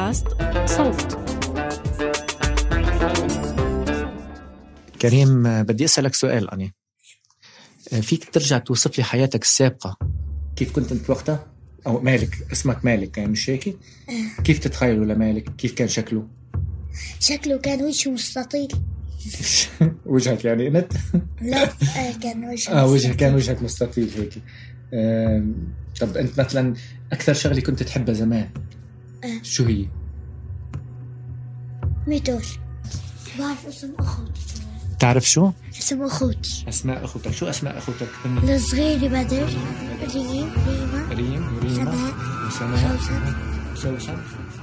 بودكاست صوت. كريم، بدي أسألك سؤال. أنا فيك ترجع توصف لي حياتك السابقة؟ كيف كنت أنت وقتها؟ أو مالك، اسمك مالك يعني مش هيك؟ كيف تتخيلوا لمالك؟ كيف كان شكله؟ شكله كان وجهه مستطيل. وجهك يعني انت؟ لا كان وجهه وجهك كان وجهك مستطيل هيك. طب انت مثلا اكثر شغله كنت تحبها زمان شو هي؟ ميدول. بعرف اسم اخوتي. تعرف شو؟ اسم اخوتي. اسماء اخوتك. شو اسماء اخوتك؟ الصغير بدر، ريم، سماء، سوسن.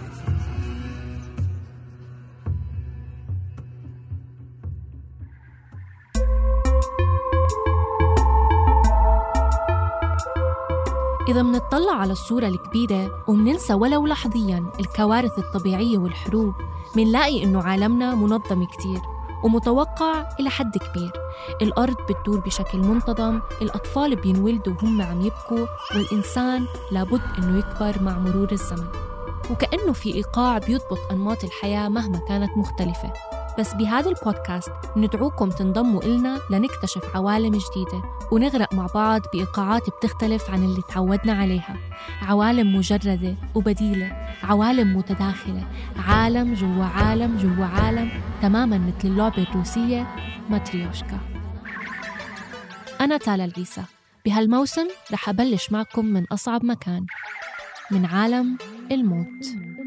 إذا منطلع على الصورة الكبيرة ومننسى ولو لحظياً الكوارث الطبيعية والحروب، منلاقي إنه عالمنا منظم كتير ومتوقع إلى حد كبير. الأرض بتدور بشكل منتظم، الأطفال بينولدوا وهم عم يبكوا، والإنسان لابد إنه يكبر مع مرور الزمن، وكأنه في إيقاع بيضبط أنماط الحياة مهما كانت مختلفة. بس بهذا البودكاست ندعوكم تنضموا إلنا لنكتشف عوالم جديدة ونغرق مع بعض بإيقاعات بتختلف عن اللي تعودنا عليها. عوالم مجردة وبديلة، عوالم متداخلة، عالم جوا عالم جوا عالم، تماماً مثل اللعبة الروسية ماتريوشكا. أنا تالا العيسى. بهالموسم رح أبلش معكم من أصعب مكان، من عالم الموت.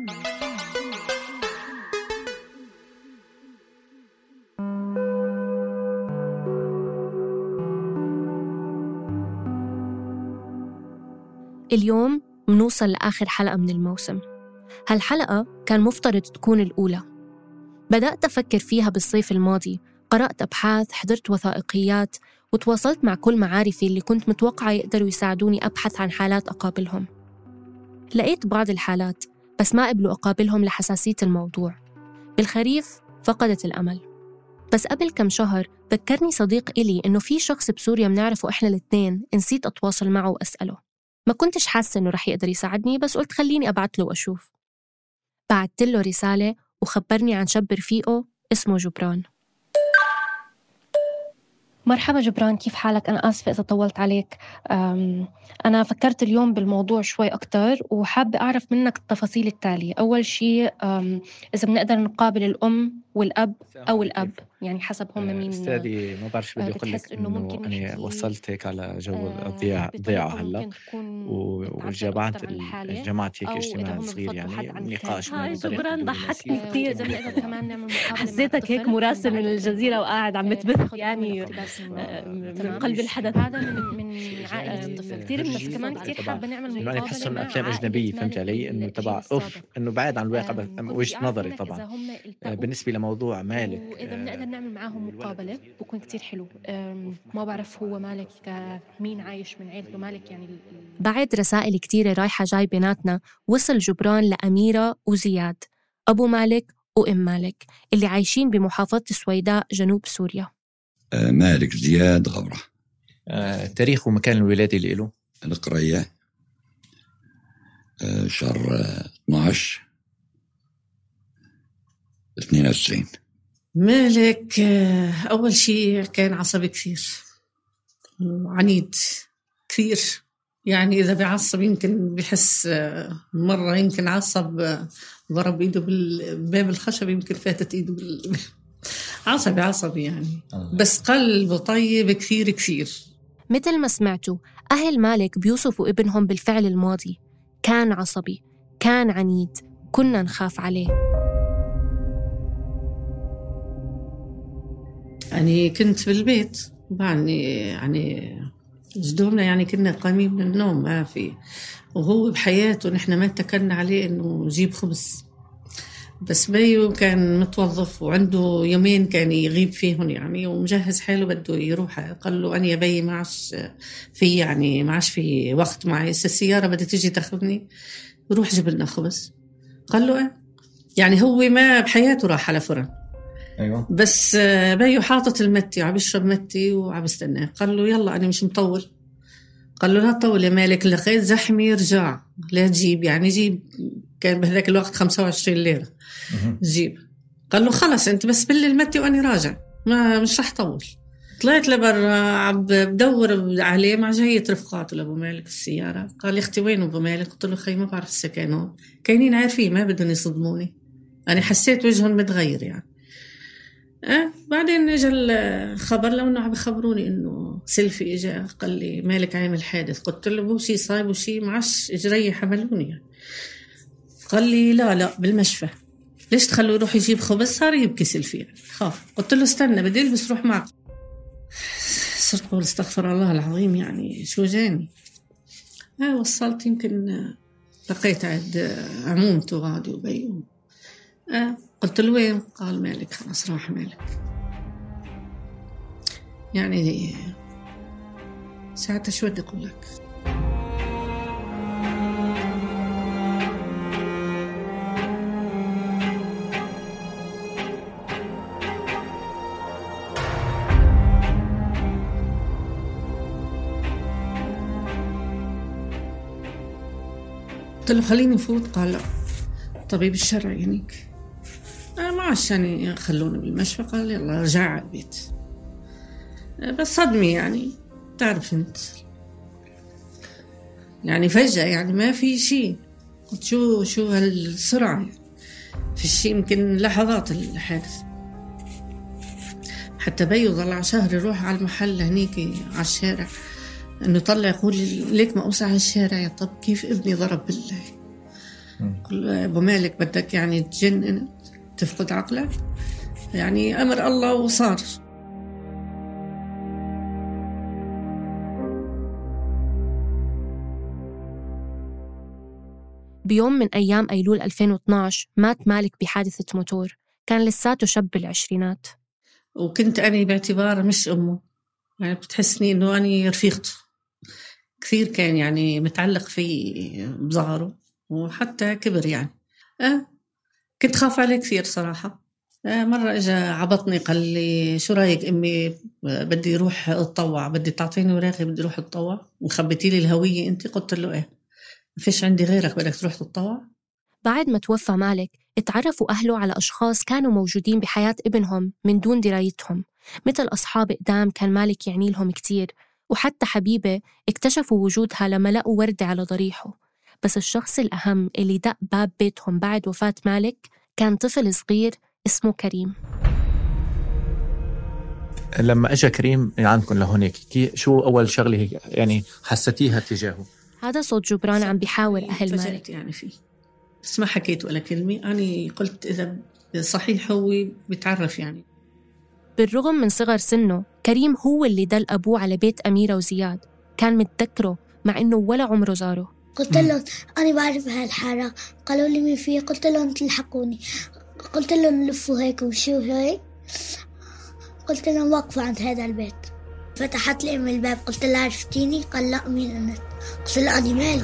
اليوم منوصل لآخر حلقة من الموسم. هالحلقة كان مفترض تكون الأولى. بدأت أفكر فيها بالصيف الماضي، قرأت أبحاث، حضرت وثائقيات، وتواصلت مع كل معارفي اللي كنت متوقعة يقدروا يساعدوني أبحث عن حالات أقابلهم. لقيت بعض الحالات بس ما قبلوا أقابلهم لحساسية الموضوع. بالخريف فقدت الأمل. بس قبل كم شهر ذكرني صديق إلي إنه في شخص بسوريا منعرفه إحنا الاثنين، نسيت أتواصل معه وأسأله. ما كنتش حاسة إنه رح يقدر يساعدني، بس قلت خليني أبعت له وأشوف. بعت له رسالة وخبرني عن شاب رفيقه اسمه جبران. مرحبا جبران، كيف حالك؟ أنا آسفة إذا طولت عليك. أنا فكرت اليوم بالموضوع شوي أكتر وحابة أعرف منك التفاصيل التالية. أول شيء، إذا بنقدر نقابل الأم والأب أو الأب، يعني حسب هم مين. أستاذي ما بعرف شو بدي أقول لك، إنه أنا وصلت هيك على جو الضيعة هلا، وجمعت هيك اجتماع صغير، يعني نقاش. هاي جبران ضحكني كثير. إذا بنقدر كمان نعمل حسيتك هيك مراسل من الجزيرة وقاعد عم بتبث يعني من قلب الحدث. هذا من عائلة الطفل كثير، بس كمان كثير حابة نعمل مقابلة. يعني بحسهم أفلام أجنبية، فهمت علي؟ إنه تبع إنه بعيد عن الواقع، بس وجهة نظري طبعا. بالنسبة لموضوع مالك، وإذا بنقدر نعمل معاهم مقابلة بكون كتير حلو. ما بعرف هو مالك مين عايش من عيلته مالك يعني. بعد رسائل كتيرة رايحة جاي بيناتنا، وصل جبران لأميرة وزياد، أبو مالك وأم مالك، اللي عايشين بمحافظة السويداء جنوب سوريا. مالك زياد غورة. تاريخ ومكان الولادة اللي له؟ القرية، شهر 12 92. مالك أول شيء كان عصبي كثير وعنيد كثير، يعني إذا بعصب يمكن بحس مرة يمكن عصب ضرب إيده بالباب الخشب، يمكن فاتت إيده عصبي يعني. بس قلبه طيب كثير كثير. مثل ما سمعتوا، أهل مالك بيوصفوا ابنهم بالفعل الماضي، كان عصبي، كان عنيد، كنا نخاف عليه. يعني كنت بالبيت يعني جدومنا يعني كنا قايمين من النوم ما في، وهو بحياته نحن ما اتكلنا عليه إنه يجيب خبز. بس بيو كان متوظف وعنده يومين كان يغيب فيهم يعني، ومجهز حاله بده يروح. قال له أنا يا بي ما عاش في وقت معي، السيارة بدها تيجي تاخذني، روح جيب لنا خبز. قال له يعني هو ما بحياته راح على فرن. أيوة. بس بيو حاطط المتي وعم يشرب متي وعم يستناه. قال له يلا أنا مش مطول. قال له لا تطول يا مالك، لقيت زحمة رجع لا تجيب، يعني جيب كان بهذاك الوقت 25 ليرة جيب. قال له خلص أنت بس بلي المتي وأنا راجع، مش رح طول. طلعت لبرا عم بدور عليه مع جاية رفقاته لأبو مالك السيارة. قال لي أختي وين أبو مالك؟ قلت له خي ما بعرف السكن هون، كاينين عارفين ما بدهم يصدموني. أنا حسيت وجههم متغير يعني. بعدين اجى الخبر لو انه عم يخبروني انه سيلفي اجى قال لي مالك عامل حادث. قلت له مو شيء صايب وشيء معش اجري حملوني يعني. قال لي لا بالمشفى. ليش تخلوه يروح يجيب خبز؟ صار يبكي سيلفي يعني. خاف. قلت له استنى بدي البس روح معك. صرت اقول استغفر الله العظيم يعني شو جاني. وصلت يمكن لقيت عند عمومته غادي وبي. قلت له وين؟ قال مالك خلاص راح مالك. يعني ساعتها شو بدي أقول لك. قلت له خليني فوت. قال لا طبيب الشرعي هنيك ما عشان خلوني بالمشفى. قال يلا رجع على البيت. بس صدمي يعني تعرف انت يعني فجأة يعني ما في شيء. قلت شو هالسرعة يعني. في الشيء يمكن لحظات الحادث. حتى بيو ضل شهر يروح على المحل هنيك على الشارع انه طلع يقول ليك ما اوسع الشارع. طب كيف ابني ضرب بالله؟ قل ابو مالك بدك يعني تجنن تفقد عقلك يعني. أمر الله وصار. بيوم من أيام أيلول 2012 مات مالك بحادثة موتور. كان لساته شاب بالعشرينات. وكنت أنا باعتبار مش أمه يعني بتحسني إنه أنا رفيقته كثير. كان يعني متعلق في بظهره وحتى كبر يعني. كنت خاف عليه كثير صراحة. مرة إجا عبطني قال لي شو رأيك أمي بدي روح أتطوع، بدي تعطيني وراقي بدي روح أتطوع وخبتي لي الهوية أنت؟ قلت له إيه ما فيش عندي غيرك بدك تروح تتطوع. بعد ما توفى مالك اتعرفوا أهله على أشخاص كانوا موجودين بحياة ابنهم من دون درايتهم، مثل أصحاب إقدام كان مالك يعني لهم كتير، وحتى حبيبة اكتشفوا وجودها لما لقوا وردة على ضريحه. بس الشخص الأهم اللي دق باب بيتهم بعد وفاة مالك كان طفل صغير اسمه كريم. لما اجى كريم عندكم لهونيك شو اول شغله يعني حسيتيها تجاهه؟ هذا صوت جبران عم بيحاور أهل مالك يعني فيه بس ما حكيت ولا كلمة. أنا قلت إذا صحيح هو بيتعرف يعني. بالرغم من صغر سنه كريم هو اللي دل أبوه على بيت أميرة وزياد. كان متذكره مع إنه ولا عمره زاره. قلت لهم أنا بعرف هالحارة. قالوا لي مين فيه؟ قلت لهم تلحقوني. قلت لهم نلفوا هيك وشو هيك. قلت لهم وقفوا عند هذا البيت. فتحت لي أمي الباب. قلت لها عرفتيني؟ قال لا مين أنا؟ قلت لها أنا مالي.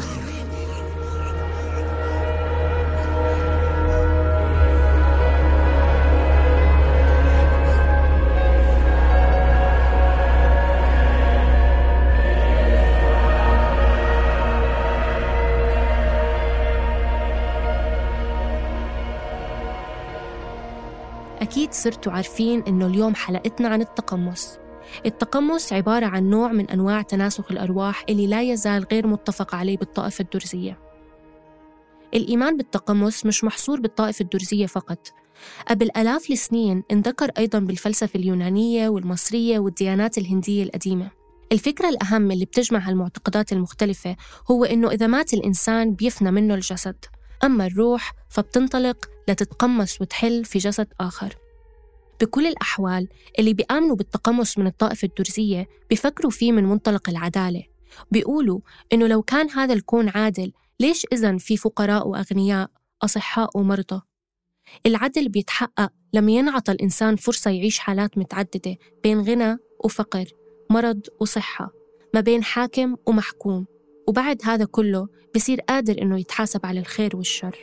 أكيد صرتوا عارفين إنه اليوم حلقتنا عن التقمص. التقمص عبارة عن نوع من أنواع تناسخ الأرواح اللي لا يزال غير متفق عليه بالطائفة الدرزية. الإيمان بالتقمص مش محصور بالطائفة الدرزية فقط. قبل آلاف السنين انذكر أيضاً بالفلسفة اليونانية والمصرية والديانات الهندية القديمة. الفكرة الأهم اللي بتجمع هالمعتقدات المختلفة هو إنه إذا مات الإنسان بيفنى منه الجسد، أما الروح فبتنطلق لتتقمص وتحل في جسد آخر. بكل الأحوال اللي بيآمنوا بالتقمص من الطائفة الدرزية بيفكروا فيه من منطلق العدالة. بيقولوا إنه لو كان هذا الكون عادل ليش إذن في فقراء وأغنياء، أصحاء ومرضى؟ العدل بيتحقق لما ينعطى الإنسان فرصة يعيش حالات متعددة بين غنى وفقر، مرض وصحة، ما بين حاكم ومحكوم، وبعد هذا كله بيصير قادر إنه يتحاسب على الخير والشر.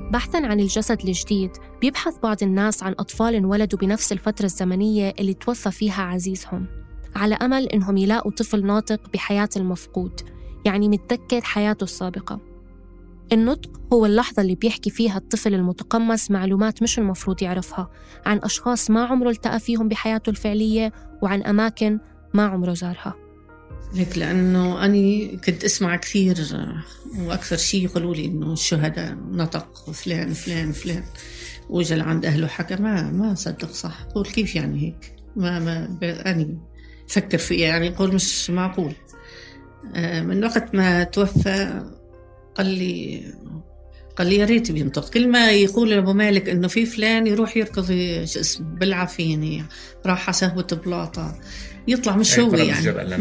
بحثاً عن الجسد الجديد، بيبحث بعض الناس عن أطفال انولدوا بنفس الفترة الزمنية اللي توفى فيها عزيزهم، على أمل إنهم يلاقوا طفل ناطق بحياة المفقود، يعني متذكر حياته السابقة. النطق هو اللحظة اللي بيحكي فيها الطفل المتقمص معلومات مش المفروض يعرفها عن أشخاص ما عمره التقى فيهم بحياته الفعلية وعن أماكن ما عمره زارها. لك لأنه أنا كنت أسمع كثير، وأكثر شيء يقولوا لي إنه الشهداء نطق فلان فلان فلان وجل عند أهله حكى، ما صدق صح. قول كيف يعني هيك؟ ما أنا فكر فيه، يعني يقول مش معقول. من وقت ما توفى قال لي يا ريت بينطق. كل ما يقول لأبو مالك إنه في فلان يروح يركض شو اسمه بالعفيني، راح سهوة بلاطة، يطلع مش هو يعني.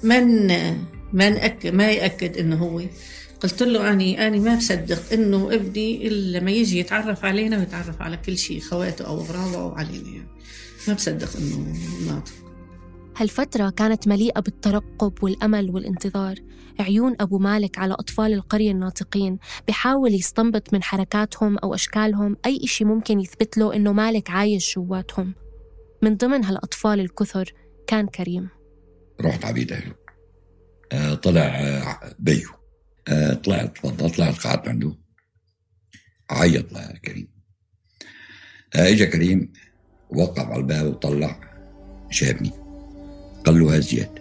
ما يأكد إنه هو. قلت له أنا ما بصدق إنه ابني إلا لما يجي يتعرف علينا ويتعرف على كل شيء، خواته أو أغراضه أو علينا، يعني ما بصدق إنه ناطق. هالفترة كانت مليئة بالترقب والأمل والانتظار. عيون أبو مالك على أطفال القرية الناطقين، بيحاول يستنبط من حركاتهم أو أشكالهم أي إشي ممكن يثبت له إنه مالك عايش جواتهم. من ضمن هالأطفال الكثر كان كريم. رحت عبيد أهله، طلع بيو، طلعت قعدت عنده، عيط لكريم. إجا كريم وقف على الباب وطلع، شافني قال له: هذا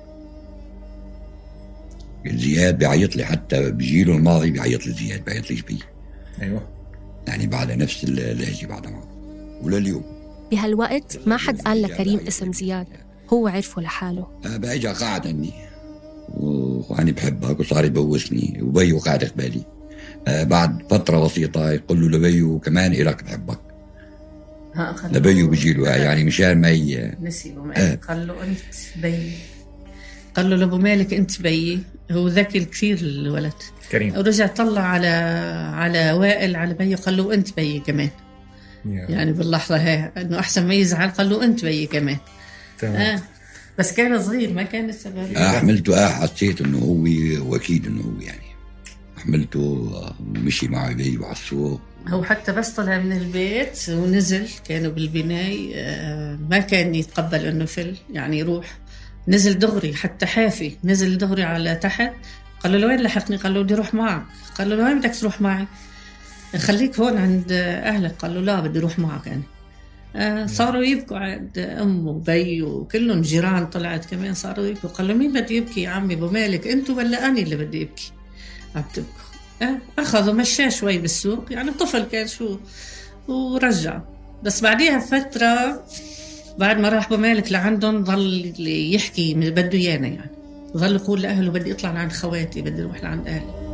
زياد بيعيط لي، حتى بجيله الماضي بيعيط لي زياد، بيعيط ليش بي. أيوة، يعني بعد نفس اللهجة بعد معه ولليوم. بهالوقت ما حد قال لكريم اسم زياد، هو عرفه لحاله. بقى قاعد عني وأنا بحبك، وصار يبوسني، وبيو قاعد قبالي. بعد فترة بسيطة يقول له لبيو كمان إلك بحبك. لبيو بيجيله يعني مشان ما نسي قال له أنت بي، قال له لأبو مالك أنت بي. هو ذكي كثير الولد كريم. ورجع طلع على وائل على بي، قال له أنت بي كمان. يعني باللحظة هاي إنه أحسن ما يزعل قال له أنت بي كمان. بس كان صغير ما كان السبب. حملته، حسيت إنه هو وأكيد إنه هو، يعني حملته مشي معي بي على السوق. هو حتى بس طلع من البيت ونزل، كانوا بالبناي، ما كان يتقبل إنه يعني يروح، نزل دغري، حتى حافي نزل دغري على تحت. قال له لوين لحقني؟ قال له بدي اروح معك. قال له لوين بدك تروح معي؟ خليك هون عند اهلك. قال له لا بدي اروح معك انا. صاروا يبكوا عند امه وبي وكلهم جيران طلعت كمان صاروا يبكوا. قال له مين بده يبكي يا عمي ابو مالك، انتوا ولا انا اللي بدي ابكي؟ عم تبكوا. اخذوا مشاه شوي بالسوق، يعني طفل كان شو، ورجع. بس بعديها فتره بعد ما راح ابو مالك لعندهم ظل يحكي بده ايانا، يعني ظل يقول لاهله بدي اطلع لعند خواتي، بدي اروح لعند اهلي.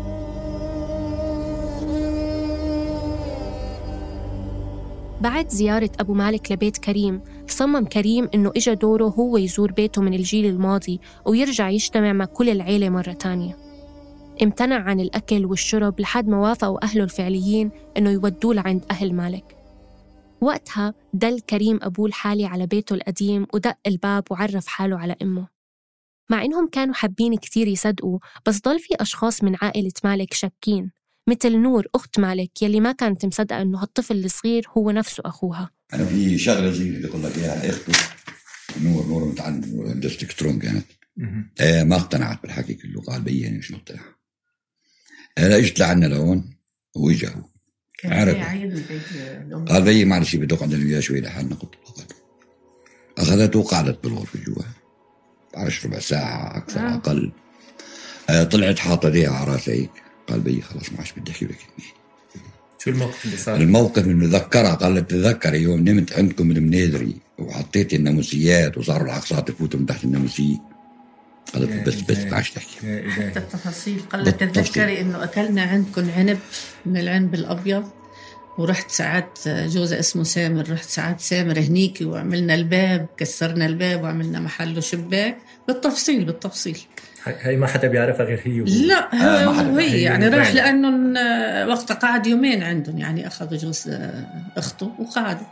بعد زيارة أبو مالك لبيت كريم، صمم كريم إنه إجا دوره هو يزور بيته من الجيل الماضي ويرجع يجتمع مع كل العيلة مرة تانية. امتنع عن الأكل والشرب لحد ما وافقوا أهله الفعليين إنه يودوه لعند أهل مالك. وقتها دل كريم أبوه الحالي على بيته القديم ودق الباب وعرف حاله على أمه. مع إنهم كانوا حابين كتير يصدقوا، بس ضل في أشخاص من عائلة مالك شاكين، مثل نور أخت مالك يلي ما كانت مصدقة إنه هالطفل الصغير هو نفسه أخوها. أنا في شغلة زي اللي أقول لك إياها، أخته نور متعلم هندسة إلكترون كانت. ما اقتنعت بالحكي كله، قال بيني مش مقتنع. أنا إجت لعنا لهون وإجا هو عرف، قال بيي معلش بدي أقعد أنا وياه شوي لحالنا. قلت له أخذته وقعدت بالغرفة جوا 10 ربع ساعة أكثر أقل. طلعت حاطة ايديها على راسها هيك. قال بيي خلاص ما عادش بدي أحكي لك. شو الموقف اللي صار؟ الموقف إنه ذكرها، قالت تذكر يوم نمت عندكم من المنادري وحطيت الناموسيات وصاروا العقصات يفوتوا من تحت الناموسية. قالت بس ما عادش تحكي حتى التفاصيل. قالت تتذكري إنه أكلنا عندكم عنب من العنب الأبيض، ورحت ساعات جوزة اسمه سامر، رحت ساعات سامر هنيك وعملنا الباب، كسرنا الباب وعملنا محله شباك. بالتفصيل هاي ما حدا بيعرفها غير هي لا هي يعني راح لأنه وقت قعد يومين عندهم، يعني أخذوا جوز أخته وقعدوا.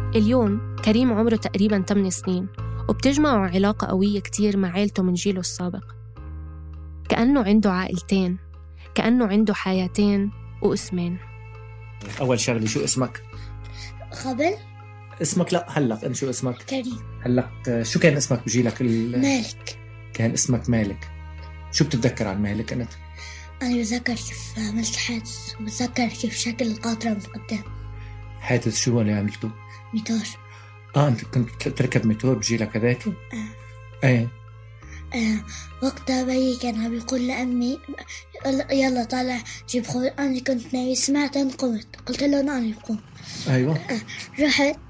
اليوم كريم عمره تقريباً 8 سنين، وبتجمعه علاقة قوية كتير مع عيلته من جيله السابق. كأنه عنده عائلتين، كأنه عنده حياتين واسمين. أول شغلة شو اسمك؟ قبل اسمك لا هلق، أنت شو اسمك؟ كريم. هلق شو كان اسمك بجيلك؟ مالك. كان اسمك مالك. شو بتتذكر عن مالك أنت؟ أنا بتذكر كيف عملت حادث، وبتذكر كيف شكل القاطرة من قدام. حادث شو اللي عملته؟ ميتار. أنت كنت تركب ميتور بجيلك هذاك؟ إيه. وقتها بيي كان عم يقول لأمي يلا طالع جيب خبز. أنا كنت نايم، سمعت قمت، قلت له أنا بقوم. أيوة. رحت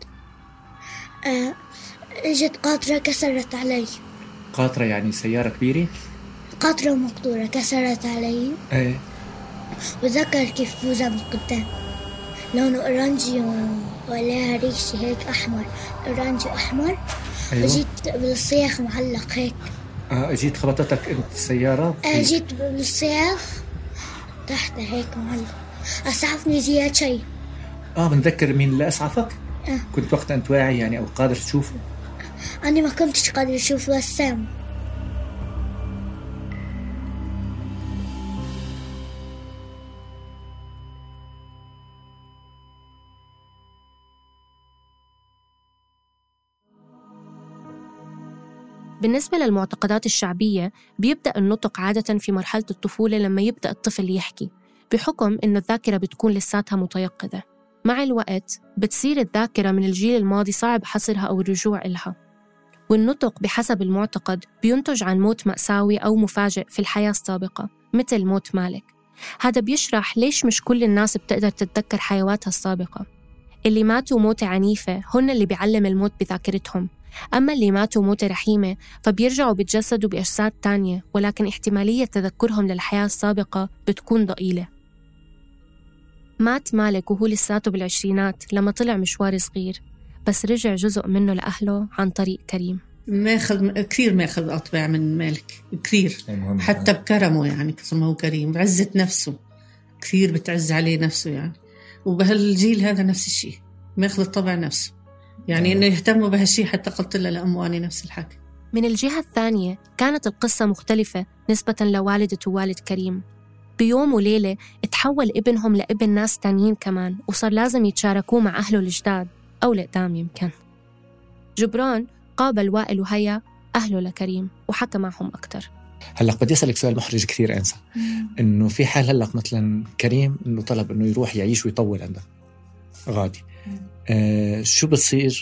اجت قاطرة كسرت علي. قاطرة يعني سيارة كبيرة؟ قاطرة مقطورة كسرت علي. ايه. وذكر كيف بوزة من قدام لونه أورانجي ولا ريشي هيك أحمر، أورانجي أحمر. أيوة. وجيت بالصياخ معلق هيك. جيت خبطتك انت السيارة؟ جيت بالصياخ تحت هيك معلق. أسعفني زياد شيء. بنذكر مين اللي أسعفك؟ كنت وقتها أنت واعي يعني أو قادر تشوفه؟ أنا ما كنتش قادر أشوف وسام. بالنسبة للمعتقدات الشعبية، بيبدأ النطق عادة في مرحلة الطفولة لما يبدأ الطفل يحكي، بحكم إنه الذاكرة بتكون لساتها متيقظة. مع الوقت بتصير الذاكرة من الجيل الماضي صعب حصرها أو الرجوع إلها، والنطق بحسب المعتقد بينتج عن موت مأساوي أو مفاجئ في الحياة السابقة مثل موت مالك. هذا بيشرح ليش مش كل الناس بتقدر تتذكر حيواتها السابقة. اللي ماتوا موتة عنيفة هن اللي بيعلم الموت بذاكرتهم، أما اللي ماتوا موتة رحيمة فبيرجعوا بيتجسدوا بأجساد تانية، ولكن احتمالية تذكرهم للحياة السابقة بتكون ضئيلة. مات مالك وهو لساته بالعشرينات لما طلع مشوار صغير، بس رجع جزء منه لأهله عن طريق كريم. كثير ماخذ أطباع من مالك كثير، حتى بكرمه يعني كما هو كريم، بعزة نفسه كثير، بتعز عليه نفسه يعني. وبهالجيل هذا نفس الشيء، ماخذ الطبع نفسه يعني إنه يهتموا بهالشيء. حتى قلت له لأمواني نفس الحكي. من الجهة الثانية كانت القصة مختلفة نسبة لوالدة ووالد كريم. بيوم وليلة اتحول ابنهم لابن ناس تانيين كمان، وصار لازم يتشاركوه مع أهله الجداد أو الأقدام يمكن. جبران قابل وائل وهيا أهله لكريم وحكى معهم أكتر. هلأ بدي أسألك سؤال محرج كثير أنسى، إنه في حال هلأ مثلا كريم إنه طلب إنه يروح يعيش ويطول عندك غادي، شو بتصير؟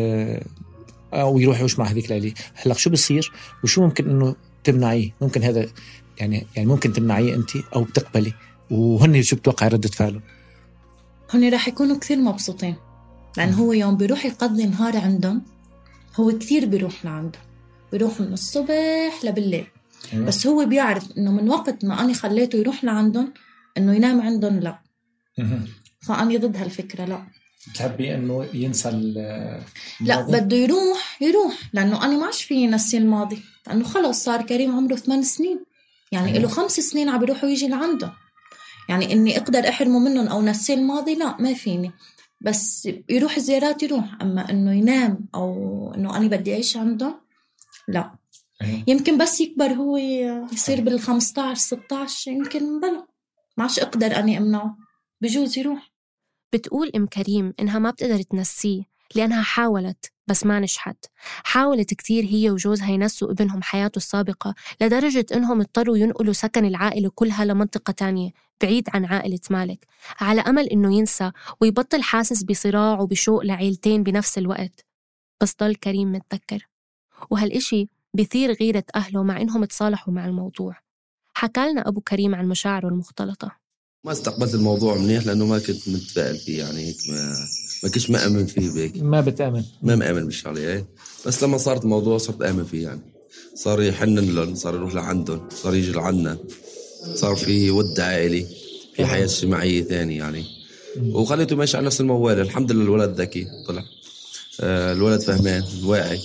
أو يروح يعيش مع هذيك ليلي، هلأ شو بتصير وشو ممكن إنه تمنعيه؟ ممكن هذا يعني ممكن تمنعيه أنت أو بتقبلي، وهن شو بتوقع ردة فعله؟ هن راح يكونوا كثير مبسوطين، لأن هو يوم بيروح يقضي نهار عندهم، هو كثير بيروح لعنده، بيروح من الصبح لبالليل. بس هو بيعرف إنه من وقت ما أنا خليته يروح لعندهم إنه ينام عندهم لا. فأنا ضد هالفكرة. لا تحبي إنه ينسى لا، بده يروح لأنه أنا ما عادش فيني نسي الماضي، لأنه خلص صار كريم عمره 8 سنين يعني له 5 سنين عم بيروح ويجي لعنده. يعني إني أقدر أحرمه منهم أو نسي الماضي لا، ما فيني. بس يروح زيارات يروح، أما إنه ينام أو إنه أنا بدي أعيش عنده لا. يمكن بس يكبر هو يصير بال15-16 يمكن بلا ما عادش أقدر أني أمنعه، بجوز يروح. بتقول أم كريم إنها ما بتقدر تنسيه لأنها حاولت بس ما نجحت. حاولت كتير هي وجوزها ينسوا ابنهم حياته السابقة، لدرجة إنهم اضطروا ينقلوا سكن العائلة كلها لمنطقة تانية بعيد عن عائلة مالك، على أمل إنه ينسى ويبطل حاسس بصراع وبشوق لعيلتين بنفس الوقت. بس ضل كريم متذكر، وهالإشي بيثير غيرة أهله مع إنهم تصالحوا مع الموضوع. حكالنا أبو كريم عن مشاعره المختلطة. ما استقبلت الموضوع منيح لأنه ما كنت متفائل فيه، يعني ما كنتش مأمن فيه بيك. ما بتأمن؟ ما مأمن بالشغلة. بس لما صارت الموضوع صرت أمن فيه، يعني صار يحنن لهم، صار يروح لعندهم، صار يجي لعنا، صار في ود عائلي، في حياة اجتماعية ثانية يعني. وخليته ماشي على نفس الموال. الحمد لله الولد ذكي طلع، الولد فهمان واعي،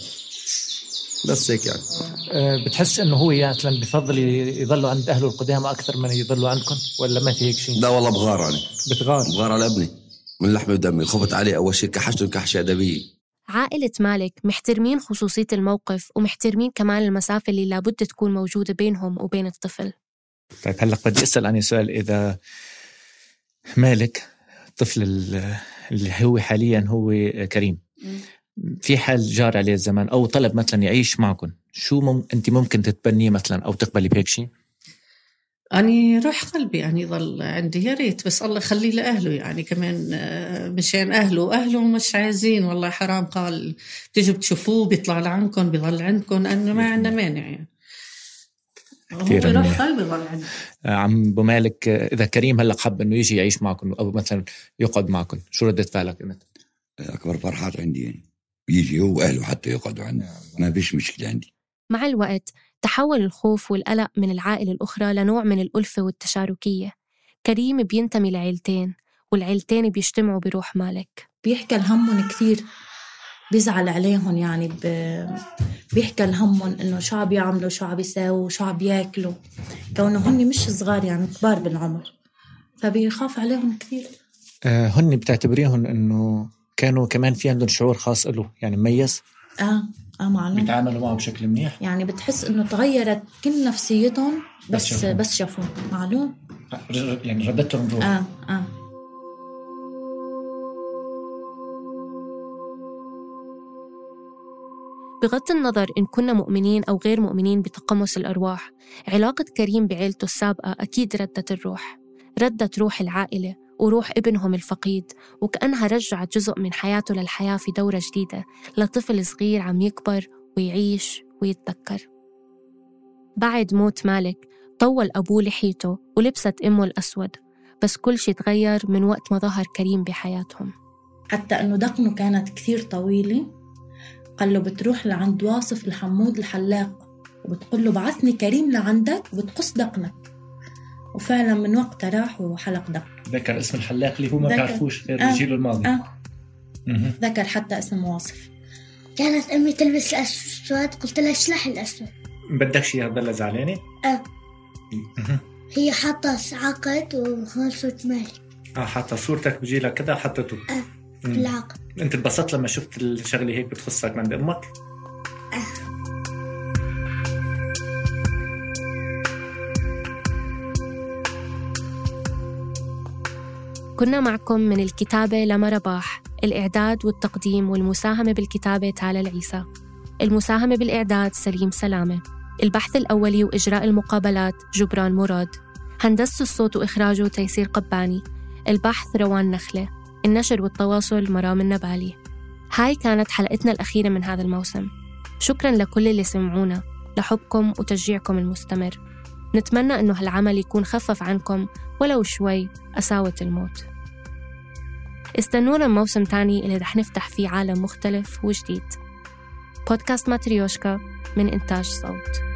بس هيك يعني. بتحس انه هو يعني مثلا بفضل يضلوا عند اهله القدامى اكثر من يضلوا عندكم، ولا ما في هيك شيء؟ لا والله بغار علي. بغار على ابني، من لحمي ودمي، خفت عليه أول شيء كحشته كحشة أدبية. عائلة مالك محترمين خصوصية الموقف ومحترمين كمان المسافة اللي لابد تكون موجودة بينهم وبين الطفل. طيب هلأ بدي أسأل عن سؤال. إذا مالك الطفل اللي هو حاليا هو كريم، في حال جار عليه الزمان أو طلب مثلا يعيش معكم، شو أنت ممكن تتبنيه مثلا أو تقبلي بهيك شيء؟ أني روح قلبي يعني يظل عندي، يا ريت بس الله يخليه لأهله يعني كمان، مشان أهله مش عايزين والله حرام، قال تجوا بتشوفوه بيطلع لعنكم بيظل عندكم، أنه ما عندنا مانع يعني. هو روح قلبي يظل عندي. عم أبو مالك، إذا كريم هلأ حب إنه يجي يعيش معكم أو مثلا يقعد معكم، شو ردة فعلك أنت؟ أكبر فرحات عندي يعني يجي هو وأهله حتى يقعدوا عندنا، ما فيش مشكلة عندي. مع الوقت تحول الخوف والقلق من العائلة الأخرى لنوع من الألفة والتشاركية. كريم بينتمي لعيلتين والعيلتين بيجتمعوا بروح مالك. بيحكي لهمهم كتير، بيزعل عليهم يعني، بيحكي لهمهم إنه شو عم بيعملوا، شو عم بيساووا، شو عم بياكلوا، كونه هن مش صغار يعني كبار بالعمر، فبيخاف عليهم كتير. هن بتعتبريهم إنه كانوا كمان في عندهم شعور خاص له يعني مميز؟ معلوم. بيتعاملوا معه بشكل منيح يعني بتحس إنه تغيرت كل نفسيتهم بس شافوه. معلوم يعني ردتهم روح. بغض النظر إن كنا مؤمنين أو غير مؤمنين بتقمص الأرواح، علاقة كريم بعيلته السابقة أكيد ردت روح العائلة وروح ابنهم الفقيد، وكأنها رجعت جزء من حياته للحياة في دورة جديدة لطفل صغير عم يكبر ويعيش ويتذكر. بعد موت مالك طول أبوه لحيته ولبست أمه الأسود، بس كل شيء تغير من وقت ما ظهر كريم بحياتهم. حتى أنه دقنه كانت كثير طويلة، قال له بتروح لعند واصف الحمود الحلاق وبتقول له بعثني كريم لعندك وبتقص دقنك، وفعلا من وقتها راح وحلق دقن. ذكر اسم الحلاق اللي هو ما تعرفوش غير جيله الماضي. ذكر حتى اسم واصف. كانت أمي تلبس الأسود، قلت لها اشلح الأسود. بدك شيء هذا زعلانة؟ هي حاطة عقد وهون صورة مالك. حاطة صورتك بجيلك كذا حطته بالعقد. انت اتبسطت لما شفت الشغلة هيك بتخصك عند امك؟ كنا معكم من الكتابة لما رباح، الإعداد والتقديم والمساهمة بالكتابة تالا العيسى، المساهمة بالإعداد سليم سلامة، البحث الأولي وإجراء المقابلات جبران مراد، هندسة الصوت وإخراجه تيسير قباني، البحث روان نخلة، النشر والتواصل مرام النبالي. هاي كانت حلقتنا الأخيرة من هذا الموسم. شكراً لكل اللي سمعونا، لحبكم وتشجيعكم المستمر. نتمنى أنه هالعمل يكون خفف عنكم ولو شوي قساوة الموت. استنونا موسم تاني اللي رح نفتح فيه عالم مختلف وجديد. بودكاست ماتريوشكا من إنتاج صوت.